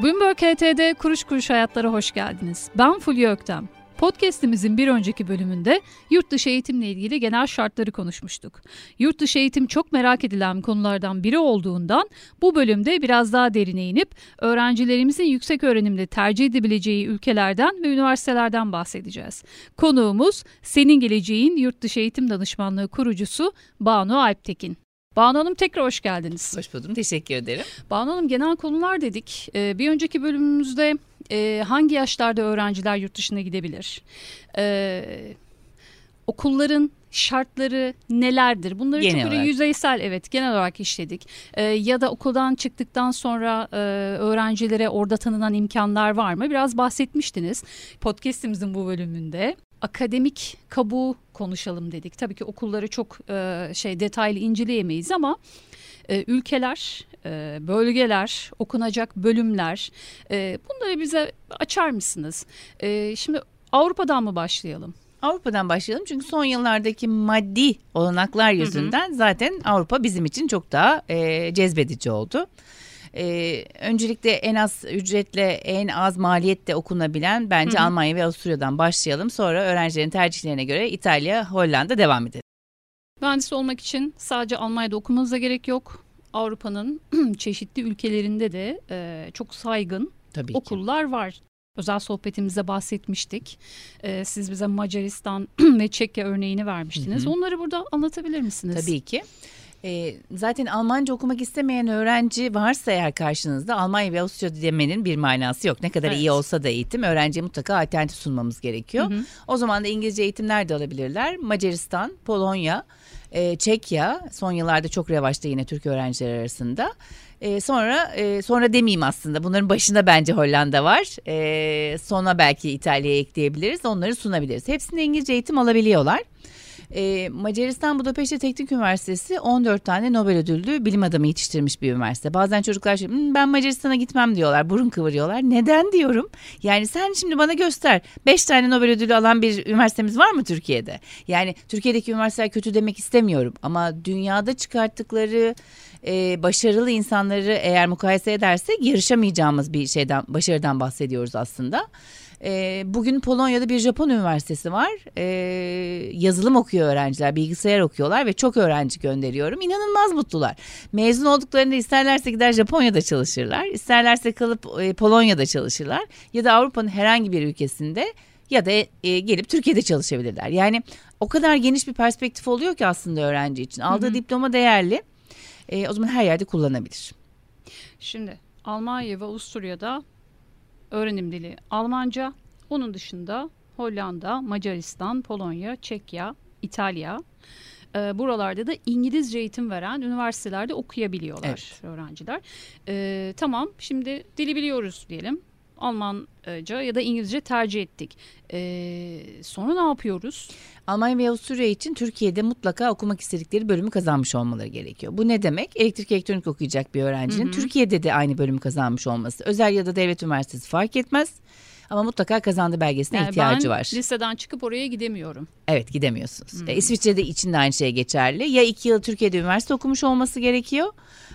Bloomberg HT'de Kuruş Kuruş Hayatlara hoş geldiniz. Ben Fulya Öktem. Podcast'imizin bir önceki bölümünde yurt dışı eğitimle ilgili genel şartları konuşmuştuk. Yurt dışı eğitim çok merak edilen konulardan biri olduğundan bu bölümde biraz daha derine inip öğrencilerimizin yüksek öğrenimde tercih edebileceği ülkelerden ve üniversitelerden bahsedeceğiz. Konuğumuz Senin Geleceğin Yurt Dışı Eğitim Danışmanlığı kurucusu Banu Alptekin. Banu Hanım tekrar hoş geldiniz. Hoş buldum, teşekkür ederim. Banu Hanım genel konular dedik. Bir önceki bölümümüzde hangi yaşlarda öğrenciler yurt dışına gidebilir? Okulların şartları nelerdir? Bunları genel çok böyle yüzeysel genel olarak işledik. Ya da okuldan çıktıktan sonra öğrencilere orada tanınan imkanlar var mı? Biraz bahsetmiştiniz podcast'imizin bu bölümünde. Akademik kabuğu konuşalım dedik. Tabii ki okulları çok detaylı inceleyemeyiz ama ülkeler, bölgeler, okunacak bölümler, bunları bize açar mısınız? Şimdi Avrupa'dan mı başlayalım? Avrupa'dan başlayalım çünkü son yıllardaki maddi olanaklar yüzünden zaten Avrupa bizim için çok daha cezbedici oldu. Öncelikle en az ücretle en az maliyette okunabilen bence Almanya ve Avusturya'dan başlayalım. Sonra öğrencilerin tercihlerine göre İtalya, Hollanda devam edelim. Mühendis olmak için sadece Almanya'da okumanıza gerek yok. Avrupa'nın çeşitli ülkelerinde de çok saygın okullar var. Özel sohbetimizde bahsetmiştik. Siz bize Macaristan ve Çekya örneğini vermiştiniz. Onları burada anlatabilir misiniz? Tabii ki. Zaten Almanca okumak istemeyen öğrenci varsa eğer karşınızda Almanya ve Avusturya demenin bir manası yok. Ne kadar iyi olsa da eğitim öğrenciye mutlaka alternatif sunmamız gerekiyor. O zaman da İngilizce eğitim nerede alabilirler? Macaristan, Polonya, Çekya son yıllarda çok revaçta yine Türk öğrenciler arasında. Sonra demeyeyim aslında bunların başında bence Hollanda var. Sonra belki İtalya'ya ekleyebiliriz, onları sunabiliriz. Hepsinde İngilizce eğitim alabiliyorlar. Macaristan Budapeşte Teknik Üniversitesi 14 tane Nobel ödüllü bilim adamı yetiştirmiş bir üniversite. Bazen çocuklar ben Macaristan'a gitmem diyorlar, burun kıvırıyorlar. Neden diyorum? Yani sen şimdi bana göster 5 tane Nobel ödülü alan bir üniversitemiz var mı Türkiye'de? Yani Türkiye'deki üniversiteler kötü demek istemiyorum ama dünyada çıkarttıkları başarılı insanları eğer mukayese edersek yarışamayacağımız bir başarıdan bahsediyoruz aslında. Bugün Polonya'da bir Japon üniversitesi var. Yazılım okuyor öğrenciler, bilgisayar okuyorlar ve çok öğrenci gönderiyorum. İnanılmaz mutlular. Mezun olduklarında isterlerse gider Japonya'da çalışırlar, isterlerse kalıp Polonya'da çalışırlar ya da Avrupa'nın herhangi bir ülkesinde ya da gelip Türkiye'de çalışabilirler. Yani o kadar geniş bir perspektif oluyor ki aslında öğrenci için. Aldığı diploma değerli. O zaman her yerde kullanabilir. Şimdi Almanya ve Avusturya'da öğrenim dili Almanca. Onun dışında Hollanda, Macaristan, Polonya, Çekya, İtalya. Buralarda da İngilizce eğitim veren üniversitelerde okuyabiliyorlar öğrenciler. Tamam, şimdi dili biliyoruz diyelim. Almanca ya da İngilizce tercih ettik. Sonra ne yapıyoruz? Almanya ve Avusturya için Türkiye'de mutlaka okumak istedikleri bölümü kazanmış olmaları gerekiyor. Bu ne demek? Elektrik elektronik okuyacak bir öğrencinin Türkiye'de de aynı bölümü kazanmış olması. Özel ya da devlet üniversitesi fark etmez. Ama mutlaka kazandığı belgesine ihtiyacı var. Ben liseden çıkıp oraya gidemiyorum. Evet, gidemiyorsunuz. İsviçre'de için de aynı şey geçerli. Ya 2 yıl Türkiye'de üniversite okumuş olması gerekiyor.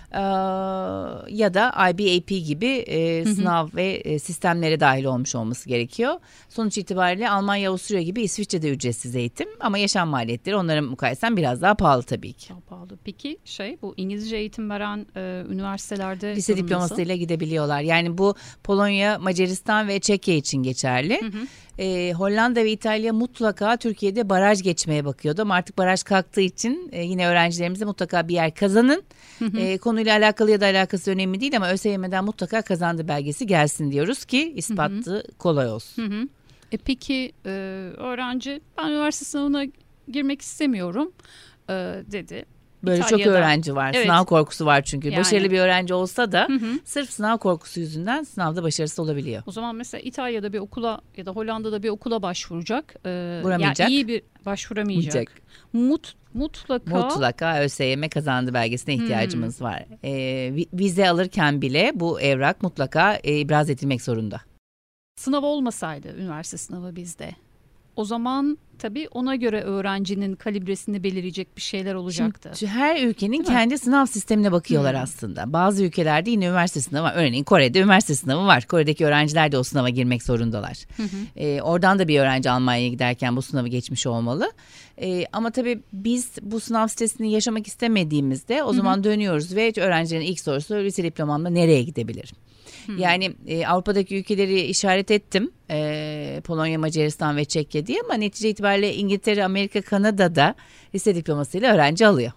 Ya da IBAP gibi sınav ve sistemlere dahil olmuş olması gerekiyor. Sonuç itibariyle Almanya, Avusturya gibi İsviçre'de ücretsiz eğitim ama yaşam maliyetleri onlara mukayesen biraz daha pahalı tabii ki. Daha pahalı. Peki bu İngilizce eğitim veren üniversitelerde lise diplomasıyla gidebiliyorlar. Yani bu Polonya, Macaristan ve Çekya için geçerli. Hollanda ve İtalya mutlaka Türkiye'de baraj geçmeye bakıyordu ama artık baraj kalktığı için yine öğrencilerimize mutlaka bir yer kazanın. Konuyla alakalı ya da alakası önemli değil ama ÖSYM'den mutlaka kazandığı belgesi gelsin diyoruz ki ispatı kolay olsun. Peki öğrenci ben üniversite sınavına girmek istemiyorum dedi. Böyle İtalya'da. Çok öğrenci var. Evet. Sınav korkusu var çünkü. Yani. Başarılı bir öğrenci olsa da sırf sınav korkusu yüzünden sınavda başarısız olabiliyor. O zaman mesela İtalya'da bir okula ya da Hollanda'da bir okula başvuracak. Vuramayacak. Yani iyi bir başvuramayacak. Mutlaka ÖSYM kazandığı belgesine ihtiyacımız var. Vize alırken bile bu evrak mutlaka ibraz edilmek zorunda. Sınav olmasaydı üniversite sınavı bizde o zaman tabii ona göre öğrencinin kalibresini belirleyecek bir şeyler olacaktı. Şimdi her ülkenin kendi sınav sistemine bakıyorlar aslında. Bazı ülkelerde yine üniversite sınavı var. Örneğin Kore'de üniversite sınavı var. Kore'deki öğrenciler de o sınava girmek zorundalar. Oradan da bir öğrenci Almanya'ya giderken bu sınavı geçmiş olmalı. Ama tabii biz bu sınav sitesini yaşamak istemediğimizde o zaman dönüyoruz ve öğrencilerin ilk sorusu lise diplomamla nereye gidebilirim? Yani Avrupa'daki ülkeleri işaret ettim. Polonya, Macaristan ve Çekya diye, ama netice itibariyle İngiltere, Amerika, Kanada'da lise diplomasıyla öğrenci alıyor.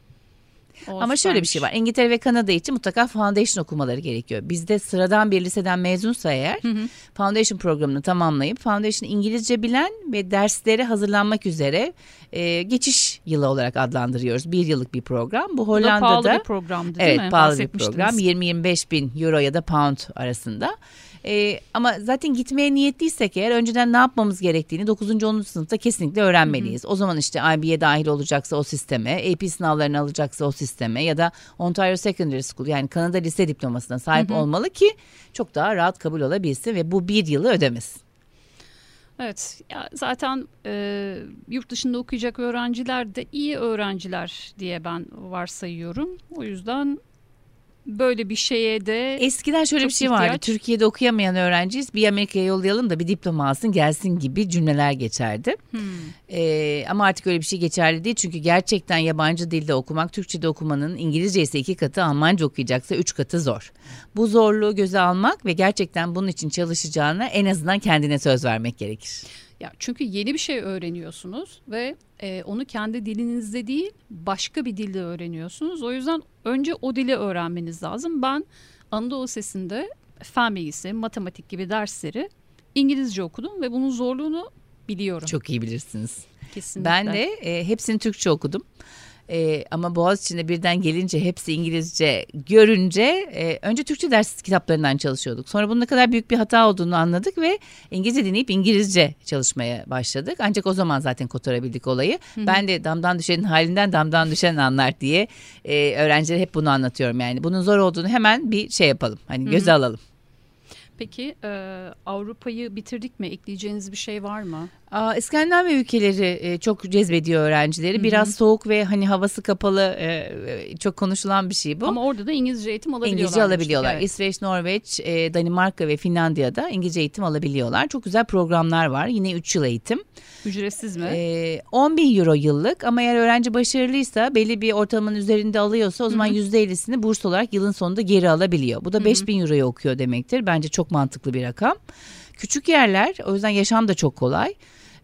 Ama şöyle bir şey var. İngiltere ve Kanada için mutlaka foundation okumaları gerekiyor. Bizde sıradan bir liseden mezunsa eğer foundation programını tamamlayıp foundation İngilizce bilen ve derslere hazırlanmak üzere geçiş yılı olarak adlandırıyoruz. 1 yıllık bir program. Bu Hollanda'da. Bu da pahalı bir programdı değil mi? Evet, pahalı bir program. 20-25 bin euro ya da pound arasında. Ama zaten gitmeye niyetliysek eğer önceden ne yapmamız gerektiğini 9. 10. sınıfta kesinlikle öğrenmeliyiz. O zaman işte IB'ye dahil olacaksa o sisteme, AP sınavlarını alacaksa o sisteme ya da Ontario Secondary School, yani Kanada lise diplomasına sahip olmalı ki çok daha rahat kabul olabilsin ve bu 1 yılı ödemesin. Evet, ya zaten yurt dışında okuyacak öğrenciler de iyi öğrenciler diye ben varsayıyorum. O yüzden böyle bir şeye de eskiden şöyle bir şey vardı. Türkiye'de okuyamayan öğrenciyiz, bir Amerika'ya yollayalım da bir diploma alsın gelsin gibi cümleler geçerdi. Ama artık öyle bir şey geçerli değil. Çünkü gerçekten yabancı dilde okumak, Türkçe'de okumanın İngilizce ise 2 katı, Almanca okuyacaksa 3 katı zor. Bu zorluğu göze almak ve gerçekten bunun için çalışacağına en azından kendine söz vermek gerekir. Ya çünkü yeni bir şey öğreniyorsunuz ve onu kendi dilinizde değil başka bir dilde öğreniyorsunuz. O yüzden önce o dili öğrenmeniz lazım. Ben Anadolu Lisesi'nde fen bilgisi, matematik gibi dersleri İngilizce okudum ve bunun zorluğunu biliyorum. Çok iyi bilirsiniz. Kesinlikle. Ben de hepsini Türkçe okudum. Ama Boğaziçi'ne birden gelince hepsi İngilizce görünce önce Türkçe ders kitaplarından çalışıyorduk. Sonra bunun ne kadar büyük bir hata olduğunu anladık ve İngilizce dinleyip İngilizce çalışmaya başladık. Ancak o zaman zaten kotarabildik olayı. Ben de damdan düşenin halinden damdan düşen anlar diye öğrencilere hep bunu anlatıyorum. Yani bunun zor olduğunu hemen bir şey yapalım, hani göze alalım. Peki Avrupa'yı bitirdik mi? Ekleyeceğiniz bir şey var mı? İskandinav ülkeleri çok cezbediyor öğrencileri. Biraz soğuk ve hani havası kapalı, çok konuşulan bir şey bu. Ama orada da İngilizce eğitim alabiliyorlar. İngilizce alabiliyorlar. Evet. İsveç, Norveç, Danimarka ve Finlandiya'da İngilizce eğitim alabiliyorlar. Çok güzel programlar var. Yine 3 yıl eğitim. Ücretsiz mi? 10.000 euro yıllık, ama eğer öğrenci başarılıysa, belli bir ortalamanın üzerinde alıyorsa o zaman %50'sini burs olarak yılın sonunda geri alabiliyor. Bu da 5.000 euroya okuyor demektir. Bence çok mantıklı bir rakam. Küçük yerler, o yüzden yaşam da çok kolay.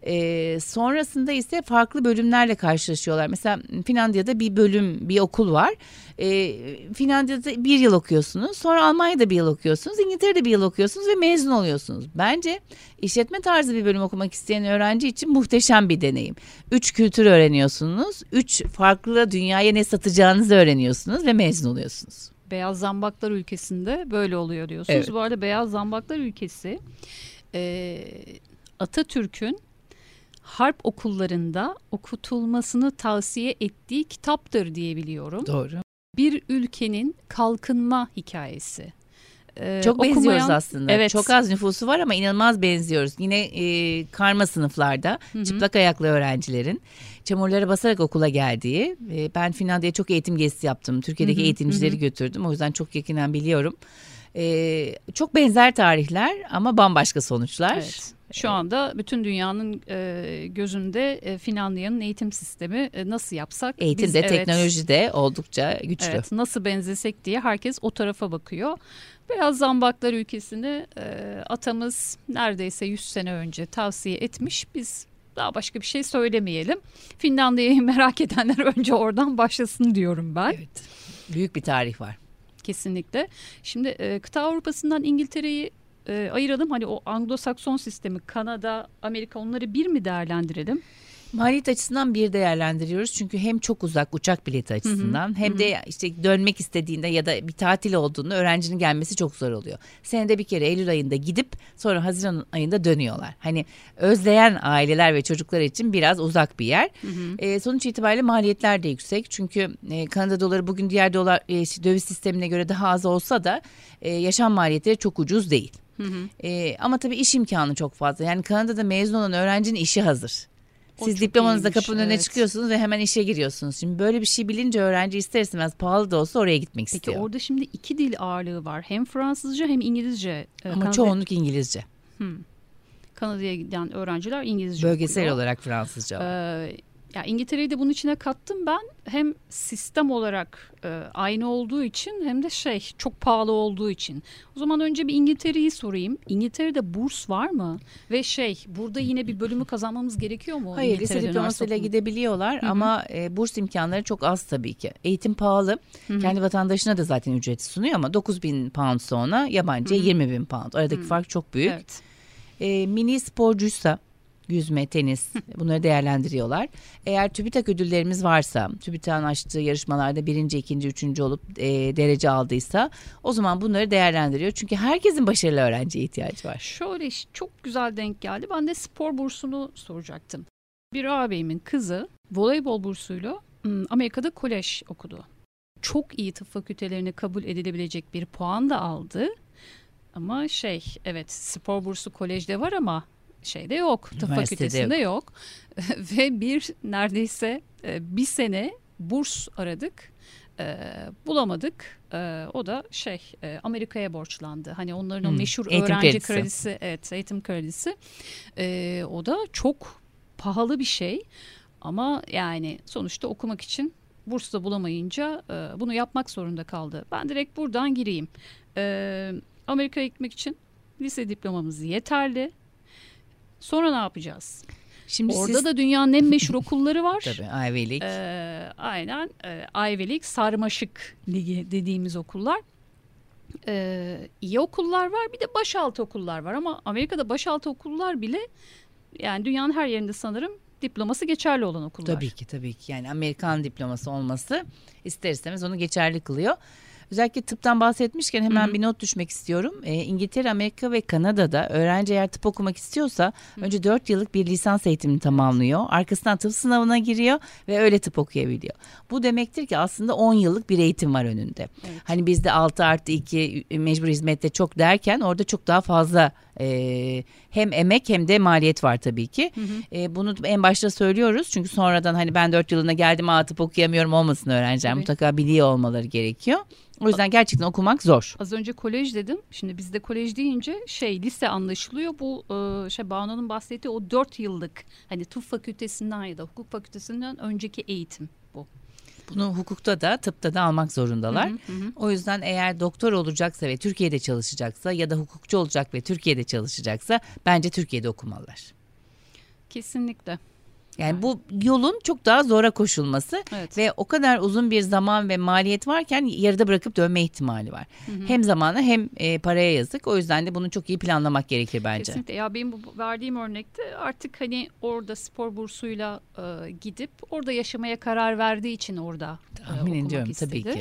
Sonrasında ise farklı bölümlerle karşılaşıyorlar. Mesela Finlandiya'da bir bölüm, bir okul var. Finlandiya'da 1 yıl okuyorsunuz, sonra Almanya'da 1 yıl okuyorsunuz, İngiltere'de 1 yıl okuyorsunuz ve mezun oluyorsunuz. Bence işletme tarzı bir bölüm okumak isteyen öğrenci için muhteşem bir deneyim. 3 kültür öğreniyorsunuz, 3 farklı dünyaya ne satacağınızı öğreniyorsunuz ve mezun oluyorsunuz. Beyaz Zambaklar ülkesinde böyle oluyor diyorsunuz. Evet. Bu arada Beyaz Zambaklar ülkesi Atatürk'ün harp okullarında okutulmasını tavsiye ettiği kitaptır diye biliyorum. Doğru. Bir ülkenin kalkınma hikayesi. Çok benziyoruz aslında. Evet. Çok az nüfusu var ama inanılmaz benziyoruz. Yine karma sınıflarda çıplak ayaklı öğrencilerin çamurlara basarak okula geldiği. Ben Finlandiya'ya çok eğitim gezisi yaptım. Türkiye'deki eğitimcileri götürdüm. O yüzden çok yakinen biliyorum. Çok benzer tarihler ama bambaşka sonuçlar. Evet. Şu anda bütün dünyanın gözünde Finlandiya'nın eğitim sistemi nasıl yapsak? Eğitimde, teknolojide oldukça güçlü. Evet, nasıl benzesek diye herkes o tarafa bakıyor. Beyaz Zambaklar ülkesini atamız neredeyse 100 sene önce tavsiye etmiş. Biz daha başka bir şey söylemeyelim. Finlandiya'yı merak edenler önce oradan başlasın diyorum ben. Evet. Büyük bir tarih var. Kesinlikle. Şimdi kıta Avrupa'sından İngiltere'yi ayıralım. Hani o Anglo-Sakson sistemi, Kanada, Amerika, onları bir mi değerlendirelim? Maliyet açısından bir değerlendiriyoruz. Çünkü hem çok uzak uçak bileti açısından hem de işte dönmek istediğinde ya da bir tatil olduğunda öğrencinin gelmesi çok zor oluyor. Senede bir kere Eylül ayında gidip sonra Haziran ayında dönüyorlar. Hani özleyen aileler ve çocuklar için biraz uzak bir yer. Sonuç itibariyle maliyetler de yüksek. Çünkü Kanada doları bugün diğer döviz sistemine göre daha az olsa da yaşam maliyetleri çok ucuz değil. Ama tabii iş imkanı çok fazla. Yani Kanada'da mezun olan öğrencinin işi hazır. Siz diplomanızla kapının önüne çıkıyorsunuz ve hemen işe giriyorsunuz. Şimdi böyle bir şey bilince öğrenci ister istemez pahalı da olsa oraya gitmek istiyor. Peki orada şimdi 2 dil ağırlığı var. Hem Fransızca hem İngilizce. Ama çoğunluk İngilizce. Kanada'ya giden öğrenciler İngilizce bölgesel okuyor. olarak Fransızca var. Ya İngiltere'yi de bunun içine kattım ben. Hem sistem olarak aynı olduğu için hem de çok pahalı olduğu için. O zaman önce bir İngiltere'yi sorayım. İngiltere'de burs var mı? Ve burada yine bir bölümü kazanmamız gerekiyor mu? Hayır, lise diplomasıyla gidebiliyorlar ama burs imkanları çok az tabii ki. Eğitim pahalı. Kendi vatandaşına da zaten ücreti sunuyor ama 9.000 pound sonra yabancıya 20.000 pound. Aradaki fark çok büyük. Evet. Mini sporcuysa yüzme, tenis bunları değerlendiriyorlar. Eğer TÜBİTAK ödüllerimiz varsa, TÜBİTAK'ın açtığı yarışmalarda 1., 2., 3. olup derece aldıysa o zaman bunları değerlendiriyor. Çünkü herkesin başarılı öğrenciye ihtiyacı var. Şöyle çok güzel denk geldi. Ben de spor bursunu soracaktım. Bir ağabeyimin kızı voleybol bursuyla Amerika'da kolej okudu. Çok iyi tıp fakültelerine kabul edilebilecek bir puan da aldı. Ama evet spor bursu kolejde var ama şeyde yok. Tıp fakültesinde yok. Ve neredeyse bir sene burs aradık. Bulamadık. O da Amerika'ya borçlandı. Hani onların o meşhur öğrenci kredisi. Evet, eğitim kredisi. O da çok pahalı bir şey. Ama yani sonuçta okumak için burs da bulamayınca bunu yapmak zorunda kaldı. Ben direkt buradan gireyim. Amerika'ya gitmek için lise diplomamız yeterli. Sonra ne yapacağız? Şimdi orada da dünyanın en meşhur okulları var. Tabii Ivy League. Aynen Ivy League, sarmaşık ligi dediğimiz okullar. İyi okullar var, bir de başaltı okullar var ama Amerika'da başaltı okullar bile yani dünyanın her yerinde sanırım diploması geçerli olan okullar. Tabii ki yani Amerikan diploması olması ister istemez onu geçerli kılıyor. Özellikle tıptan bahsetmişken hemen bir not düşmek istiyorum. İngiltere, Amerika ve Kanada'da öğrenci eğer tıp okumak istiyorsa önce 4 yıllık bir lisans eğitimini tamamlıyor. Arkasından tıp sınavına giriyor ve öyle tıp okuyabiliyor. Bu demektir ki aslında 10 yıllık bir eğitim var önünde. Evet. Hani bizde 6+2 mecbur hizmette çok derken orada çok daha fazla hem emek hem de maliyet var tabii ki. Bunu en başta söylüyoruz çünkü sonradan hani ben 4 yılına geldim tıp okuyamıyorum olmasın öğrenciler. Evet. Mutlaka biliyor olmaları gerekiyor. O yüzden gerçekten okumak zor. Az önce kolej dedim. Şimdi bizde kolej deyince lise anlaşılıyor. Bu Banu'nun bahsettiği o 4 yıllık hani tıp fakültesinden ya da hukuk fakültesinden önceki eğitim bu. Bunu hukukta da tıpta da almak zorundalar. O yüzden eğer doktor olacaksa ve Türkiye'de çalışacaksa ya da hukukçu olacak ve Türkiye'de çalışacaksa bence Türkiye'de okumalılar. Kesinlikle. Yani bu yolun çok daha zora koşulması ve o kadar uzun bir zaman ve maliyet varken yarıda bırakıp dönme ihtimali var. Hem zamana hem paraya yazık. O yüzden de bunu çok iyi planlamak gerekir bence. Kesinlikle. Ya benim bu verdiğim örnekte artık hani orada spor bursuyla gidip orada yaşamaya karar verdiği için orada tahmin ediyorum tabii ki.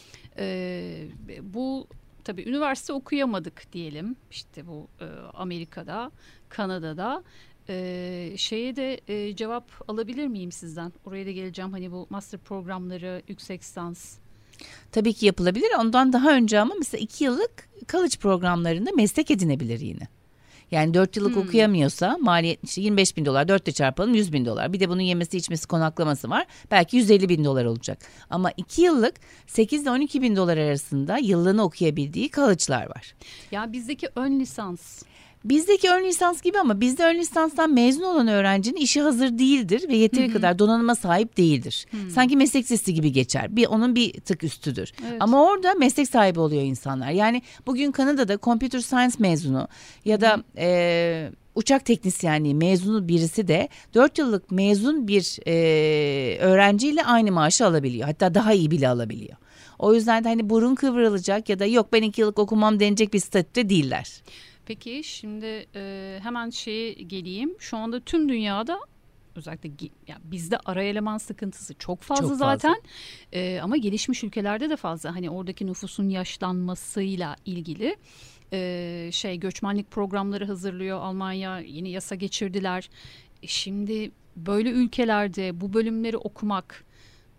Bu tabii üniversite okuyamadık diyelim. İşte bu Amerika'da, Kanada'da. Şeye de cevap alabilir miyim sizden? Oraya da geleceğim. Hani bu master programları, yüksek lisans. Tabii ki yapılabilir. Ondan daha önce ama mesela 2 yıllık college programlarında meslek edinebilir yine. Yani 4 yıllık okuyamıyorsa maliyet işte $25.000 4'te çarpalım $100.000. Bir de bunun yemesi içmesi konaklaması var. Belki $150.000 olacak. Ama 2 yıllık 8 ile $12.000 arasında yıllığını okuyabildiği college'lar var. Ya bizdeki ön lisans. Bizdeki ön lisans gibi ama bizde ön lisanstan mezun olan öğrencinin işi hazır değildir ve yeteri kadar donanıma sahip değildir. Sanki meslek lisesi gibi geçer. Onun bir tık üstüdür. Evet. Ama orada meslek sahibi oluyor insanlar. Yani bugün Kanada'da computer science mezunu ya da uçak teknisyenliği mezunu birisi de 4 yıllık mezun bir öğrenciyle aynı maaşı alabiliyor. Hatta daha iyi bile alabiliyor. O yüzden de hani burun kıvrılacak ya da yok ben 2 yıllık okumam denecek bir statüde değiller. Peki şimdi hemen geleyim. Şu anda tüm dünyada özellikle bizde ara eleman sıkıntısı çok fazla zaten. Ama gelişmiş ülkelerde de fazla. Hani oradaki nüfusun yaşlanmasıyla ilgili göçmenlik programları hazırlıyor. Almanya yeni yasa geçirdiler. Şimdi böyle ülkelerde bu bölümleri okumak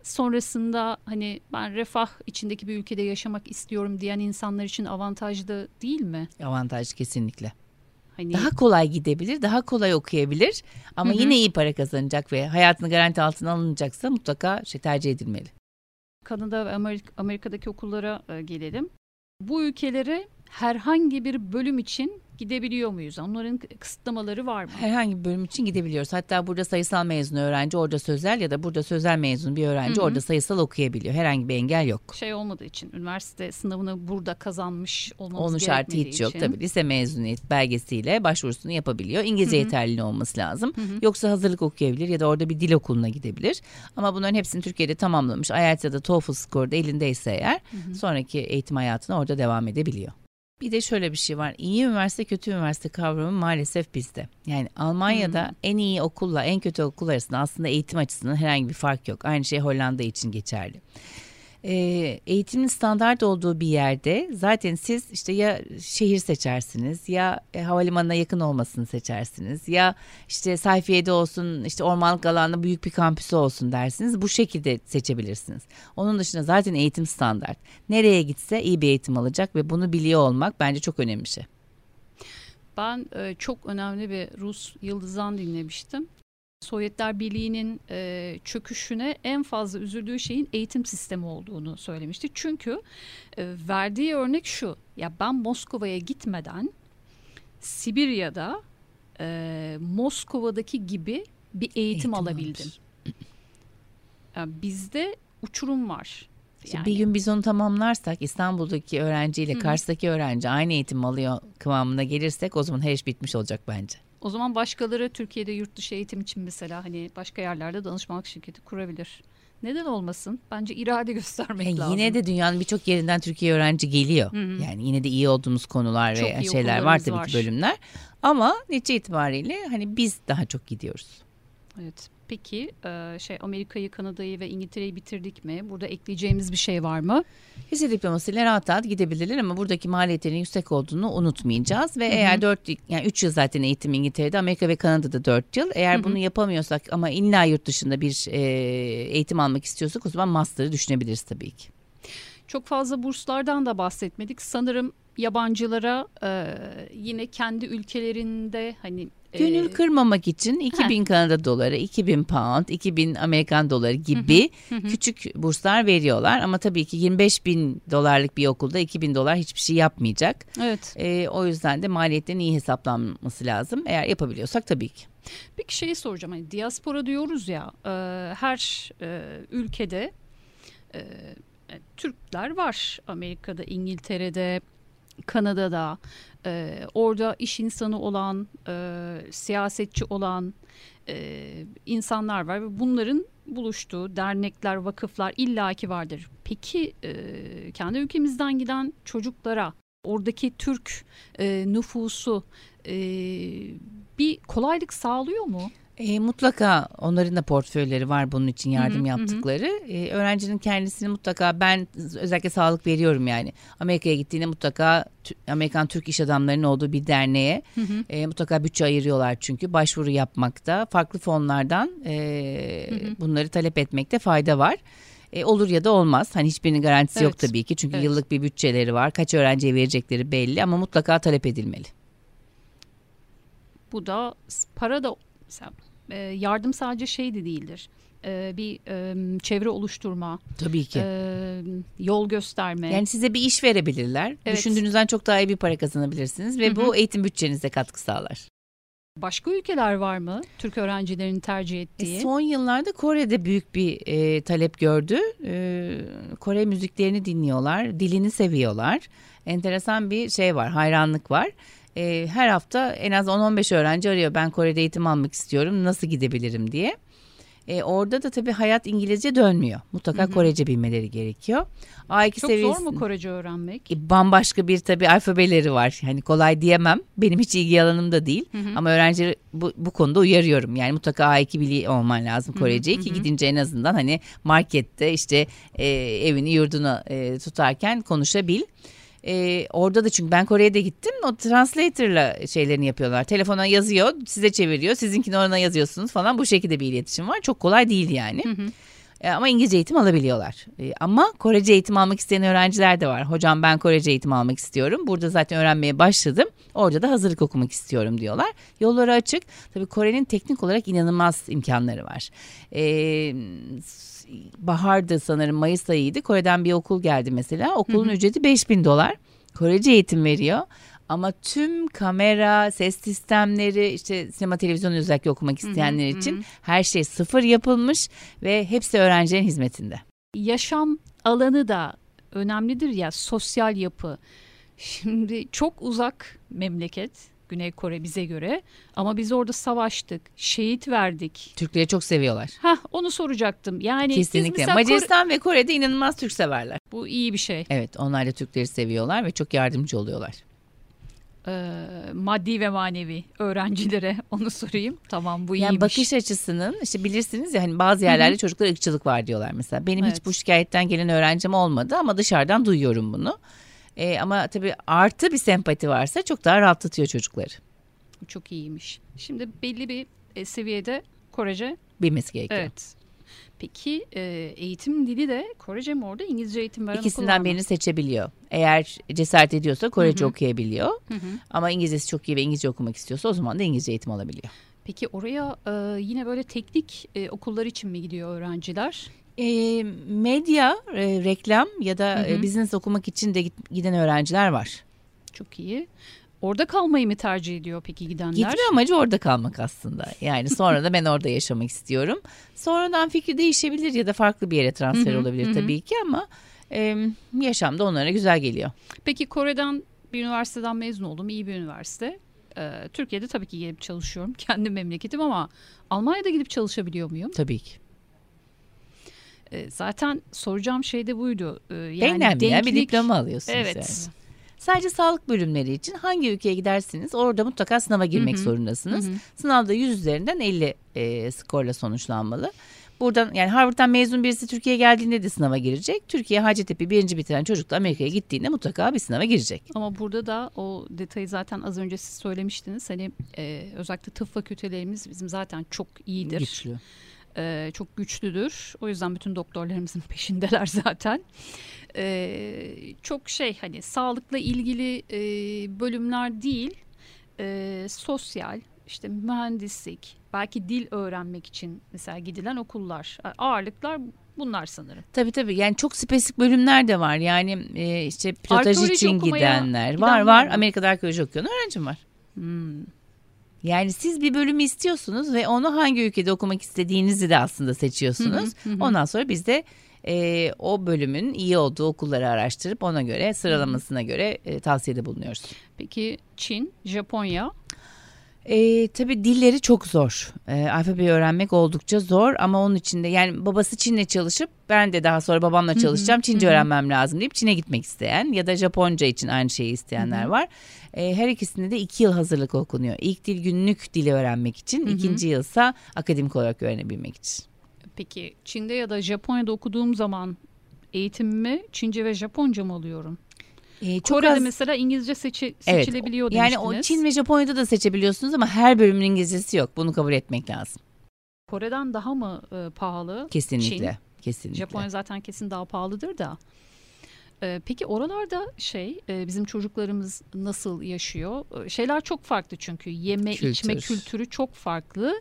sonrasında hani ben refah içindeki bir ülkede yaşamak istiyorum diyen insanlar için avantajlı değil mi? Avantajlı kesinlikle. Hani... Daha kolay gidebilir, daha kolay okuyabilir ama yine iyi para kazanacak ve hayatını garanti altına alınacaksa mutlaka tercih edilmeli. Kanada ve Amerika'daki okullara gelelim. Bu ülkelere herhangi bir bölüm için gidebiliyor muyuz? Onların kısıtlamaları var mı? Herhangi bir bölüm için gidebiliyoruz. Hatta burada sayısal mezun öğrenci orada sözel ya da burada sözel mezun bir öğrenci orada sayısal okuyabiliyor. Herhangi bir engel yok. Olmadığı için üniversite sınavını burada kazanmış olmamız onun şartı hiç yok. Tabii lise mezuniyet belgesiyle başvurusunu yapabiliyor. İngilizce yeterliliği olması lazım. Yoksa hazırlık okuyabilir ya da orada bir dil okuluna gidebilir. Ama bunların hepsini Türkiye'de tamamlamış. IELTS ya da TOEFL skoru da elindeyse eğer sonraki eğitim hayatına orada devam edebiliyor. Bir de şöyle bir şey var. İyi üniversite, kötü üniversite kavramı maalesef bizde. Yani Almanya'da en iyi okulla en kötü okul arasında aslında eğitim açısından herhangi bir fark yok. Aynı şey Hollanda için geçerli. Eğitimin standart olduğu bir yerde zaten siz ya şehir seçersiniz ya havalimanına yakın olmasını seçersiniz ya sayfiyede olsun ormanlık alanda büyük bir kampüsü olsun dersiniz. Bu şekilde seçebilirsiniz. Onun dışında zaten eğitim standart. Nereye gitse iyi bir eğitim alacak ve bunu biliyor olmak bence çok önemli bir şey. Ben çok önemli bir Rus Yıldız'dan dinlemiştim. Sovyetler Birliği'nin çöküşüne en fazla üzüldüğü şeyin eğitim sistemi olduğunu söylemişti. Çünkü verdiği örnek şu: ya ben Moskova'ya gitmeden Sibirya'da Moskova'daki gibi bir eğitim alabildim. Yani bizde uçurum var. Yani. Bir gün biz onu tamamlarsak İstanbul'daki öğrenciyle Kars'taki öğrenci aynı eğitim alıyor kıvamına gelirsek o zaman her iş bitmiş olacak bence. O zaman başkaları Türkiye'de yurt dışı eğitim için mesela hani başka yerlerde danışmanlık şirketi kurabilir. Neden olmasın? Bence irade göstermek lazım. Yine de dünyanın birçok yerinden Türkiye öğrenci geliyor. Yani yine de iyi olduğumuz konular çok ve şeyler var tabii ki bölümler. Ama netice itibariyle hani biz daha çok gidiyoruz. Evet. Peki Amerika'yı, Kanada'yı ve İngiltere'yi bitirdik mi? Burada ekleyeceğimiz bir şey var mı? Vize diplomasıyla rahat gidebilirler ama buradaki maliyetlerin yüksek olduğunu unutmayacağız. Ve eğer 3 yıl zaten eğitim İngiltere'de, Amerika ve Kanada'da 4 yıl. Eğer bunu yapamıyorsak ama illa yurt dışında bir eğitim almak istiyorsak o zaman master'ı düşünebiliriz tabii ki. Çok fazla burslardan da bahsetmedik. Sanırım yabancılara yine kendi ülkelerinde hani gönül kırmamak için 2000 Kanada doları, 2000 pound, 2000 Amerikan doları gibi küçük burslar veriyorlar. Ama tabii ki 25.000 dolarlık bir okulda 2000 dolar hiçbir şey yapmayacak. Evet. O yüzden de maliyetlerin iyi hesaplanması lazım. Eğer yapabiliyorsak tabii ki. Peki şeyi soracağım. Hani diaspora diyoruz ya, her ülkede Türkler var. Amerika'da, İngiltere'de, Kanada'da. Orada iş insanı olan, siyasetçi olan insanlar var ve bunların buluştuğu dernekler, vakıflar illaki vardır. Peki kendi ülkemizden giden çocuklara oradaki Türk nüfusu bir kolaylık sağlıyor mu? Mutlaka onların da portföyleri var bunun için yardım yaptıkları. Öğrencinin kendisini mutlaka ben özellikle sağlık veriyorum yani. Amerika'ya gittiğinde mutlaka Amerikan Türk iş adamlarının olduğu bir derneğe mutlaka bütçe ayırıyorlar çünkü başvuru yapmakta farklı fonlardan bunları talep etmekte fayda var. Olur ya da olmaz. Hani hiçbirinin garantisi yok tabii ki çünkü yıllık bir bütçeleri var. Kaç öğrenciye verecekleri belli ama mutlaka talep edilmeli. Bu da para da mesela, yardım sadece şey de değildir. Bir çevre oluşturma. Tabii ki. Yol gösterme. Yani size bir iş verebilirler. Evet. Düşündüğünüzden çok daha iyi bir para kazanabilirsiniz ve bu eğitim bütçenize katkı sağlar. Başka ülkeler var mı Türk öğrencilerin tercih ettiği? Son yıllarda Kore'de büyük bir talep gördü. Kore müziklerini dinliyorlar, dilini seviyorlar. Enteresan bir şey var, hayranlık var. Her hafta en az 10-15 öğrenci arıyor. Ben Kore'de eğitim almak istiyorum. Nasıl gidebilirim diye. Orada da tabii hayat İngilizce dönmüyor. Mutlaka Korece bilmeleri gerekiyor. A2 çok zor mu Korece öğrenmek? Bambaşka bir tabii alfabeleri var. Hani kolay diyemem. Benim hiç ilgi alanım da değil. Ama öğrencileri bu konuda uyarıyorum. Yani mutlaka A2 biliyor olman lazım Korece'yi ki gidince en azından hani markette evini yurdunu tutarken konuşabil. Orada da çünkü ben Kore'ye de gittim. O translator'la şeylerini yapıyorlar. Telefona yazıyor, size çeviriyor. Sizinkini ona yazıyorsunuz falan. Bu şekilde bir iletişim var. Çok kolay değil yani. Ama İngilizce eğitim alabiliyorlar. Ama Korece eğitim almak isteyen öğrenciler de var. Hocam ben Korece eğitim almak istiyorum. Burada zaten öğrenmeye başladım. Orada da hazırlık okumak istiyorum diyorlar. Yolları açık. Tabii Kore'nin teknik olarak inanılmaz imkanları var. Bahardı sanırım, Mayıs ayıydı. Kore'den bir okul geldi mesela. Okulun ücreti $5.000. Korece eğitim veriyor. Ama tüm kamera, ses sistemleri, işte sinema, televizyon özellikle okumak isteyenler için her şey sıfır yapılmış ve hepsi öğrencilerin hizmetinde. Yaşam alanı da önemlidir ya, sosyal yapı. Şimdi çok uzak memleket Güney Kore bize göre, ama biz orada savaştık, şehit verdik. Türkleri çok seviyorlar. Onu soracaktım. Yani kesinlikle. Macaristan ve Kore'de inanılmaz Türk severler. Bu iyi bir şey. Evet, onlar da Türkleri seviyorlar ve çok yardımcı oluyorlar. Maddi ve manevi öğrencilere onu sorayım. Tamam, bu iyiymiş. Yani bakış açısının, işte bilirsiniz ya, hani bazı yerlerde çocuklar ırkçılık var diyorlar mesela. Benim hiç bu şikayetten gelen öğrencim olmadı ama dışarıdan duyuyorum bunu. Ama tabii artı bir sempati varsa çok daha rahatlatıyor çocukları. Çok iyiymiş. Şimdi belli bir seviyede Korece bilmesi gerekiyor. Evet. Peki eğitim dili de Korece mi orada, İngilizce eğitim veren okul var mı? İkisinden birini seçebiliyor. Eğer cesaret ediyorsa Korece okuyabiliyor. Ama İngilizcesi çok iyi ve İngilizce okumak istiyorsa o zaman da İngilizce eğitim alabiliyor. Peki oraya yine böyle teknik okullar için mi gidiyor öğrenciler? Medya, reklam ya da business okumak için de giden öğrenciler var. Çok iyi. Orada kalmayı mı tercih ediyor peki gidenler? Gitme amacı orada kalmak aslında. Yani sonra da ben orada yaşamak istiyorum. Sonradan fikri değişebilir ya da farklı bir yere transfer olabilir tabii ki, ama yaşam da onlara güzel geliyor. Peki Kore'den bir üniversiteden mezun oldum, iyi bir üniversite. Türkiye'de tabii ki gelip çalışıyorum, kendi memleketim, ama Almanya'da gidip çalışabiliyor muyum? Tabii ki. Zaten soracağım şey de buydu. Yani bir diploma alıyorsunuz. Evet. Yani. Sadece sağlık bölümleri için hangi ülkeye gidersiniz orada mutlaka sınava girmek zorundasınız. Sınavda 100 üzerinden 50 skorla sonuçlanmalı. Buradan, yani Harvard'dan mezun birisi Türkiye'ye geldiğinde de sınava girecek. Türkiye Hacettepe 1. bitiren çocuk da Amerika'ya gittiğinde mutlaka bir sınava girecek. Ama burada da o detayı zaten az önce siz söylemiştiniz. Hani özellikle tıp fakültelerimiz bizim zaten çok iyidir. Güçlü. Çok güçlüdür. O yüzden bütün doktorlarımızın peşindeler zaten. Çok hani sağlıkla ilgili bölümler değil, sosyal, işte mühendislik, belki dil öğrenmek için mesela gidilen okullar, ağırlıklar bunlar sanırım. Tabii yani çok spesifik bölümler de var. Yani işte pilotaj için gidenler var. Amerika'da arkeoloji okuyan öğrencim var. Yani siz bir bölümü istiyorsunuz ve onu hangi ülkede okumak istediğinizi de aslında seçiyorsunuz. Ondan sonra biz de o bölümün iyi olduğu okulları araştırıp ona göre, sıralamasına göre tavsiyede bulunuyoruz. Peki Çin, Japonya? Tabii dilleri çok zor. Alfabeyi öğrenmek oldukça zor, ama onun için de yani babası Çin'le çalışıp ben de daha sonra babamla çalışacağım, Çince öğrenmem lazım deyip Çin'e gitmek isteyen ya da Japonca için aynı şeyi isteyenler var. Her ikisinde de 2 yıl hazırlık okunuyor. İlk dil günlük dili öğrenmek için, ikinci yılsa akademik olarak öğrenebilmek için. Peki Çin'de ya da Japonya'da okuduğum zaman eğitimimi Çince ve Japonca mı alıyorum? Kore'de mesela İngilizce seçilebiliyor demiştiniz. Yani o Çin ve Japonya'da da seçebiliyorsunuz ama her bölümün İngilizcesi yok. Bunu kabul etmek lazım. Kore'den daha mı pahalı? Kesinlikle. Çin? Kesinlikle. Japonya zaten kesin daha pahalıdır da. Peki oralarda bizim çocuklarımız nasıl yaşıyor? Şeyler çok farklı çünkü. İçme kültürü çok farklı.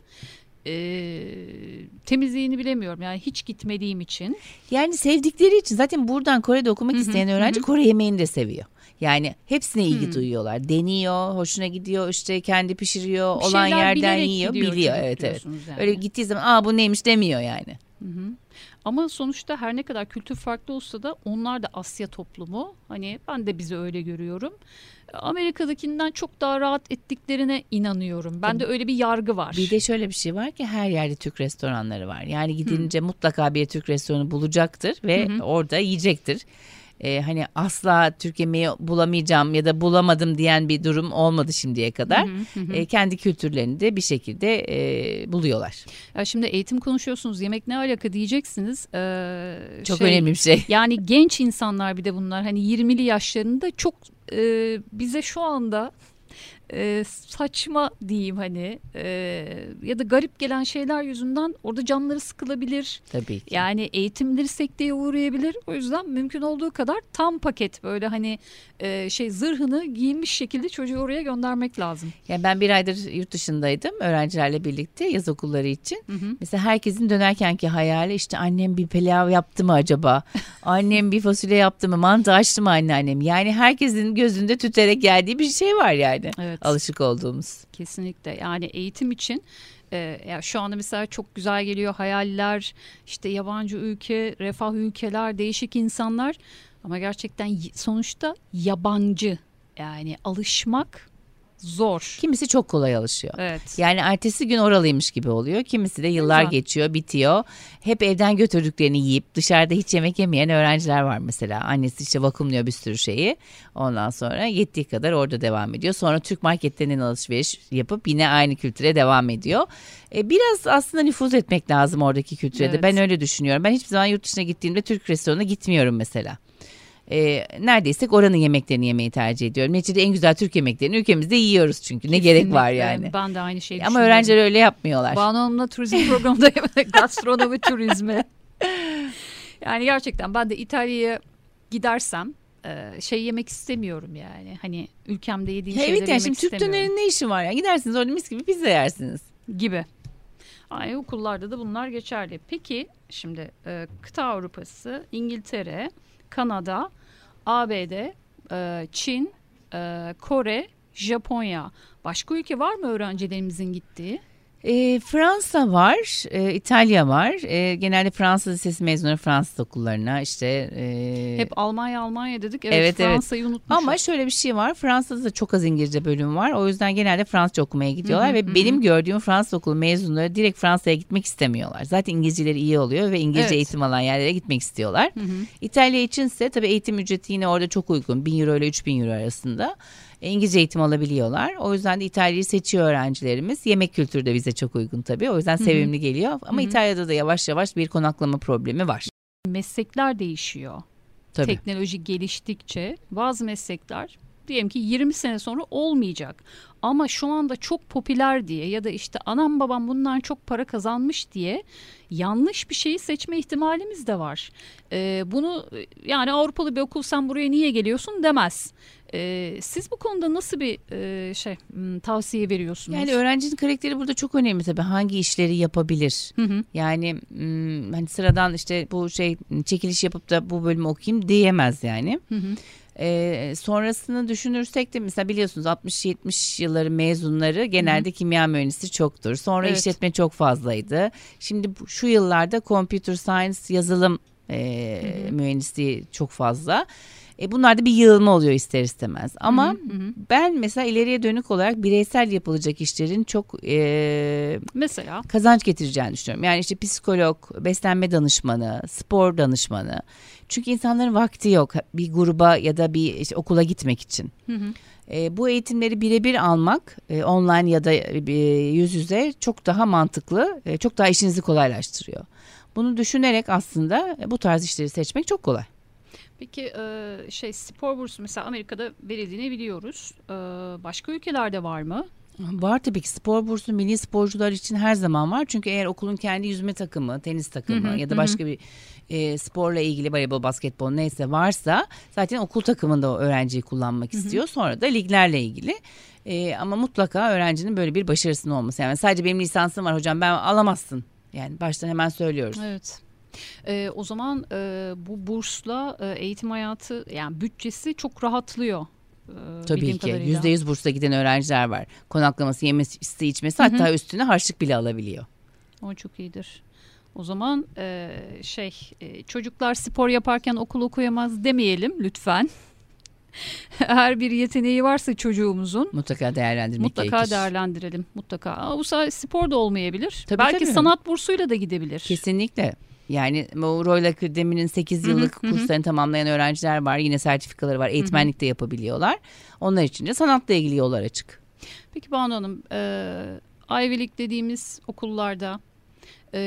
Temizliğini bilemiyorum yani, hiç gitmediğim için. Yani sevdikleri için zaten buradan Kore'de okumak isteyen öğrenci Kore yemeğini de seviyor. Yani hepsine ilgi duyuyorlar. Deniyor, hoşuna gidiyor, işte kendi pişiriyor, olan yerden yiyor, biliyor. Evet. Yani. Öyle gittiği zaman bu neymiş demiyor yani. Ama sonuçta her ne kadar kültür farklı olsa da onlar da Asya toplumu. Hani ben de bizi öyle görüyorum. Amerika'dakinden çok daha rahat ettiklerine inanıyorum. Bende öyle bir yargı var. Bir de şöyle bir şey var ki her yerde Türk restoranları var. Yani gidince mutlaka bir Türk restoranı bulacaktır ve orada yiyecektir. Hani asla Türk yemeği bulamayacağım ya da bulamadım diyen bir durum olmadı şimdiye kadar. Kendi kültürlerini de bir şekilde buluyorlar. Ya şimdi eğitim konuşuyorsunuz, yemek ne alaka diyeceksiniz. Çok önemli bir şey. Yani genç insanlar bir de bunlar, hani 20'li yaşlarında çok bize şu anda saçma diyeyim hani ya da garip gelen şeyler yüzünden orada canları sıkılabilir. Tabii ki. Yani eğitimleri sekteye uğrayabilir. O yüzden mümkün olduğu kadar tam paket böyle hani zırhını giyinmiş şekilde çocuğu oraya göndermek lazım. Yani ben bir aydır yurt dışındaydım öğrencilerle birlikte yaz okulları için. Mesela herkesin dönerkenki hayali işte annem bir pilav yaptı mı acaba? Annem bir fasulye yaptı mı? Mantı açtı mı anneannem? Yani herkesin gözünde tüterek geldiği bir şey var yani. Evet. Alışık olduğumuz. Kesinlikle yani eğitim için ya şu anda mesela çok güzel geliyor hayaller, işte yabancı ülke, refah ülkeler, değişik insanlar ama gerçekten sonuçta yabancı, yani alışmak zor. Kimisi çok kolay alışıyor. Evet. Yani ertesi gün oralıymış gibi oluyor. Kimisi de yıllar geçiyor, bitiyor. Hep evden götürdüklerini yiyip dışarıda hiç yemek yemeyen öğrenciler var mesela. Annesi işte vakumluyor bir sürü şeyi. Ondan sonra yettiği kadar orada devam ediyor. Sonra Türk marketlerinden alışveriş yapıp yine aynı kültüre devam ediyor. Biraz aslında nüfuz etmek lazım oradaki kültüre de. Ben öyle düşünüyorum. Ben hiçbir zaman yurt dışına gittiğimde Türk restoranına gitmiyorum mesela. Neredeyse oranın yemeklerini yemeyi tercih ediyorum. Neticede en güzel Türk yemeklerini ülkemizde yiyoruz çünkü. Ne gerek var yani. Ben de aynı şeyi Ama düşünüyorum. öğrenciler öyle yapmıyorlar. Banu Hanım'la turizm programındayım. Gastronomi turizmi. Yani gerçekten ben de İtalya'ya gidersem yemek istemiyorum yani. Hani ülkemde yediğim şeyleri yemek şimdi istemiyorum. Türk dönerin ne işi var ya? Gidersiniz orada mis gibi pizza yersiniz. Gibi. Yani okullarda da bunlar geçerli. Peki şimdi kıta Avrupası, İngiltere, Kanada, ABD, Çin, Kore, Japonya. Başka ülke var mı öğrencilerimizin gittiği? Fransa var, İtalya var. Genelde Fransız lisesi mezunları Fransız okullarına işte. Hep Almanya dedik. Evet, Fransa'yı unutmuşuz. Ama şöyle bir şey var. Fransa'da da çok az İngilizce bölüm var. O yüzden genelde Fransızca okumaya gidiyorlar ve benim gördüğüm Fransız okulu mezunları direkt Fransa'ya gitmek istemiyorlar. Zaten İngilizceleri iyi oluyor ve İngilizce eğitim alan yerlere gitmek istiyorlar. İtalya içinse tabii eğitim ücreti yine orada çok uygun. 1.000 euro ile 3.000 euro arasında. İngilizce eğitim alabiliyorlar. O yüzden de İtalya'yı seçiyor öğrencilerimiz. Yemek kültürü de bize çok uygun tabii. O yüzden sevimli geliyor. Ama İtalya'da da yavaş yavaş bir konaklama problemi var. Meslekler değişiyor. Tabii. Teknoloji geliştikçe bazı meslekler diyelim ki 20 sene sonra olmayacak. Ama şu anda çok popüler diye ya da işte anam babam bundan çok para kazanmış diye yanlış bir şeyi seçme ihtimalimiz de var. Bunu yani Avrupalı bir okul sen buraya niye geliyorsun demez. Siz bu konuda nasıl bir tavsiye veriyorsunuz? Yani öğrencinin karakteri burada çok önemli tabii. Hangi işleri yapabilir? Yani hani sıradan işte bu çekiliş yapıp da bu bölümü okuyayım diyemez yani. Sonrasını düşünürsek de mesela biliyorsunuz 60-70 yılları mezunları genelde kimya mühendisi çoktur. Sonra işletme çok fazlaydı. Şimdi şu yıllarda computer science yazılım mühendisliği çok fazla. Bunlar da bir yığılma oluyor ister istemez. Ama ben mesela ileriye dönük olarak bireysel yapılacak işlerin çok mesela kazanç getireceğini düşünüyorum. Yani işte psikolog, beslenme danışmanı, spor danışmanı. Çünkü insanların vakti yok bir gruba ya da bir okula gitmek için. Bu eğitimleri birebir almak online ya da yüz yüze çok daha mantıklı, çok daha işinizi kolaylaştırıyor. Bunu düşünerek aslında bu tarz işleri seçmek çok kolay. Peki spor bursu mesela Amerika'da verildiğini biliyoruz. Başka ülkelerde var mı? Var tabii ki spor bursu milli sporcular için her zaman var. Çünkü eğer okulun kendi yüzme takımı, tenis takımı ya da başka bir sporla ilgili voleybol, basketbol neyse varsa zaten okul takımında o öğrenciyi kullanmak istiyor. Sonra da liglerle ilgili. Ama mutlaka öğrencinin böyle bir başarısının olması. Yani sadece benim lisansım var hocam ben alamazsın. Yani baştan hemen söylüyoruz. Evet. O zaman bu bursla eğitim hayatı yani bütçesi çok rahatlıyor. Tabii ki %100 bursla giden öğrenciler var. Konaklaması, yemesi, içmesi hatta üstüne harçlık bile alabiliyor. O çok iyidir. O zaman çocuklar spor yaparken okul okuyamaz demeyelim lütfen. Her bir yeteneği varsa çocuğumuzun mutlaka değerlendirmek gerekir. Mutlaka değerlendirelim. Mutlaka. Bu spor da olmayabilir. Tabii, belki sanat bursuyla da gidebilir. Kesinlikle. Yani Royal Akademi'nin 8 yıllık kurslarını tamamlayan öğrenciler var. Yine sertifikaları var. Eğitmenlik de yapabiliyorlar. Onlar için de sanatla ilgili yollar açık. Peki Banu Hanım, Ivy League dediğimiz okullarda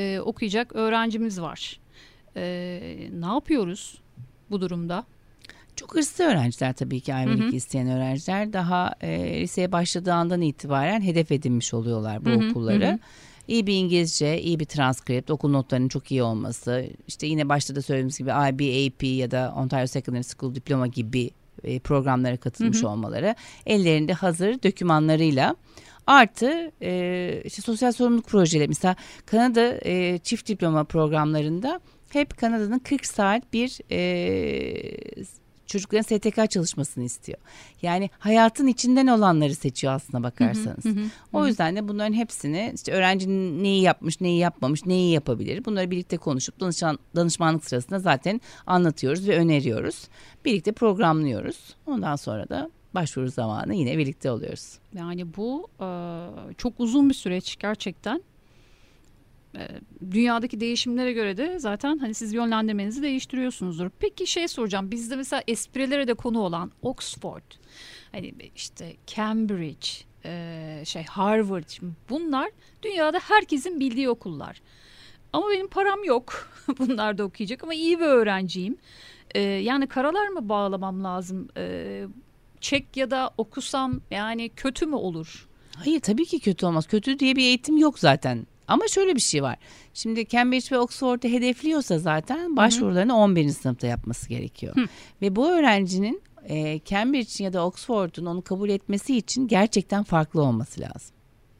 okuyacak öğrencimiz var. Ne yapıyoruz bu durumda? Çok hırslı öğrenciler tabii ki Ivy League isteyen öğrenciler. Daha liseye başladığı andan itibaren hedef edinmiş oluyorlar bu okulları. İyi bir İngilizce, iyi bir transkript, okul notlarının çok iyi olması, işte yine başta da söylediğimiz gibi IB, AP ya da Ontario Secondary School diploma gibi programlara katılmış olmaları, ellerinde hazır dokümanlarıyla, artı işte sosyal sorumluluk projeleri. Mesela Kanada çift diploma programlarında hep Kanada'nın 40 saat bir çocukların STK çalışmasını istiyor. Yani hayatın içinden olanları seçiyor aslına bakarsanız. O yüzden de bunların hepsini işte öğrencinin neyi yapmış, neyi yapmamış, neyi yapabilir, bunları birlikte konuşup danışmanlık sırasında zaten anlatıyoruz ve öneriyoruz. Birlikte programlıyoruz. Ondan sonra da başvuru zamanı yine birlikte oluyoruz. Yani bu çok uzun bir süreç gerçekten. Dünyadaki değişimlere göre de zaten hani siz yönlendirmenizi değiştiriyorsunuzdur. Peki şey soracağım. Bizde mesela esprilere de konu olan Oxford, hani işte Cambridge, Harvard, bunlar dünyada herkesin bildiği okullar. Ama benim param yok bunlarda okuyacak ama iyi bir öğrenciyim. Yani karalar mı bağlamam lazım? Çek ya da okusam yani kötü mü olur? Hayır, tabii ki kötü olmaz. Kötü diye bir eğitim yok zaten. Ama şöyle bir şey var. Şimdi Cambridge ve Oxford'u hedefliyorsa zaten başvurularını 11. sınıfta yapması gerekiyor. Ve bu öğrencinin Cambridge ya da Oxford'un onu kabul etmesi için gerçekten farklı olması lazım.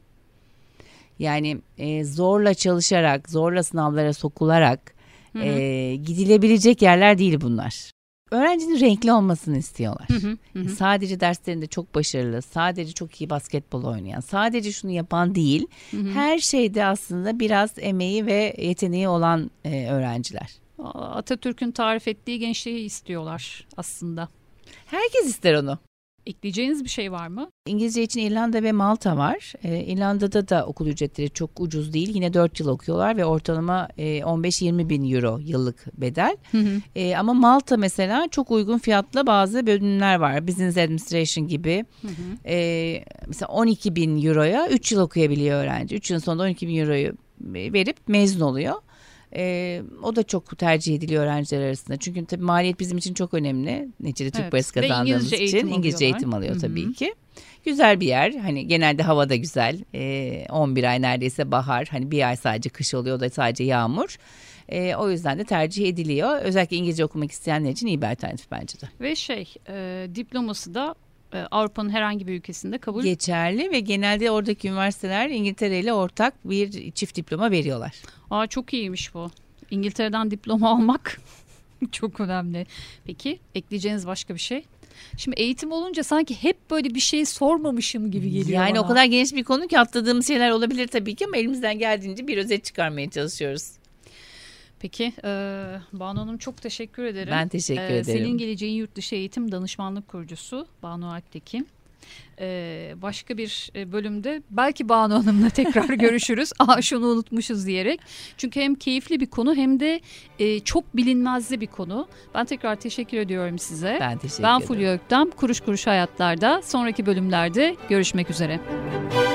Yani zorla çalışarak, zorla sınavlara sokularak gidilebilecek yerler değil bunlar. Öğrencinin renkli olmasını istiyorlar. Sadece derslerinde çok başarılı, sadece çok iyi basketbol oynayan, sadece şunu yapan değil, her şeyde aslında biraz emeği ve yeteneği olan öğrenciler. Atatürk'ün tarif ettiği gençliği istiyorlar aslında. Herkes ister onu. Ekleyeceğiniz bir şey var mı? İngilizce için İrlanda ve Malta var. İrlanda'da da okul ücretleri çok ucuz değil. Yine 4 yıl okuyorlar ve ortalama 15-20 bin euro yıllık bedel. Ama Malta mesela çok uygun fiyatla bazı bölümler var. Business Administration gibi. Mesela 12 bin euroya 3 yıl okuyabiliyor öğrenci. 3 yılın sonunda 12 bin euroyu verip mezun oluyor. O da çok tercih ediliyor öğrenciler arasında. Çünkü tabii maliyet bizim için çok önemli. Neticede Türk parası kazandığımız için İngilizce eğitim alıyor tabii ki. Güzel bir yer. Hani genelde hava da güzel. 11 ay neredeyse bahar. Hani bir ay sadece kış oluyor, o da sadece yağmur. O yüzden de tercih ediliyor. Özellikle İngilizce okumak isteyenler için iyi bir alternatif bence de. Ve diploması da Avrupa'nın herhangi bir ülkesinde kabul geçerli ve genelde oradaki üniversiteler İngiltere ile ortak bir çift diploma veriyorlar. Çok iyiymiş bu. İngiltere'den diploma almak çok önemli. Peki ekleyeceğiniz başka bir şey? Şimdi eğitim olunca sanki hep böyle bir şey sormamışım gibi geliyor yani bana. O kadar geniş bir konu ki atladığımız şeyler olabilir tabii ki ama elimizden geldiğince bir özet çıkarmaya çalışıyoruz. Peki Banu Hanım, çok teşekkür ederim. Ben teşekkür ederim. Selin Geleceğin Yurtdışı Eğitim Danışmanlık Kurucusu Banu Alptekin. Başka bir bölümde belki Banu Hanım'la tekrar görüşürüz. Şunu unutmuşuz diyerek. Çünkü hem keyifli bir konu hem de çok bilinmezli bir konu. Ben tekrar teşekkür ediyorum size. Ben teşekkür ederim. Ben Fulya Öktem. Kuruş Kuruş Hayatlar'da sonraki bölümlerde görüşmek üzere.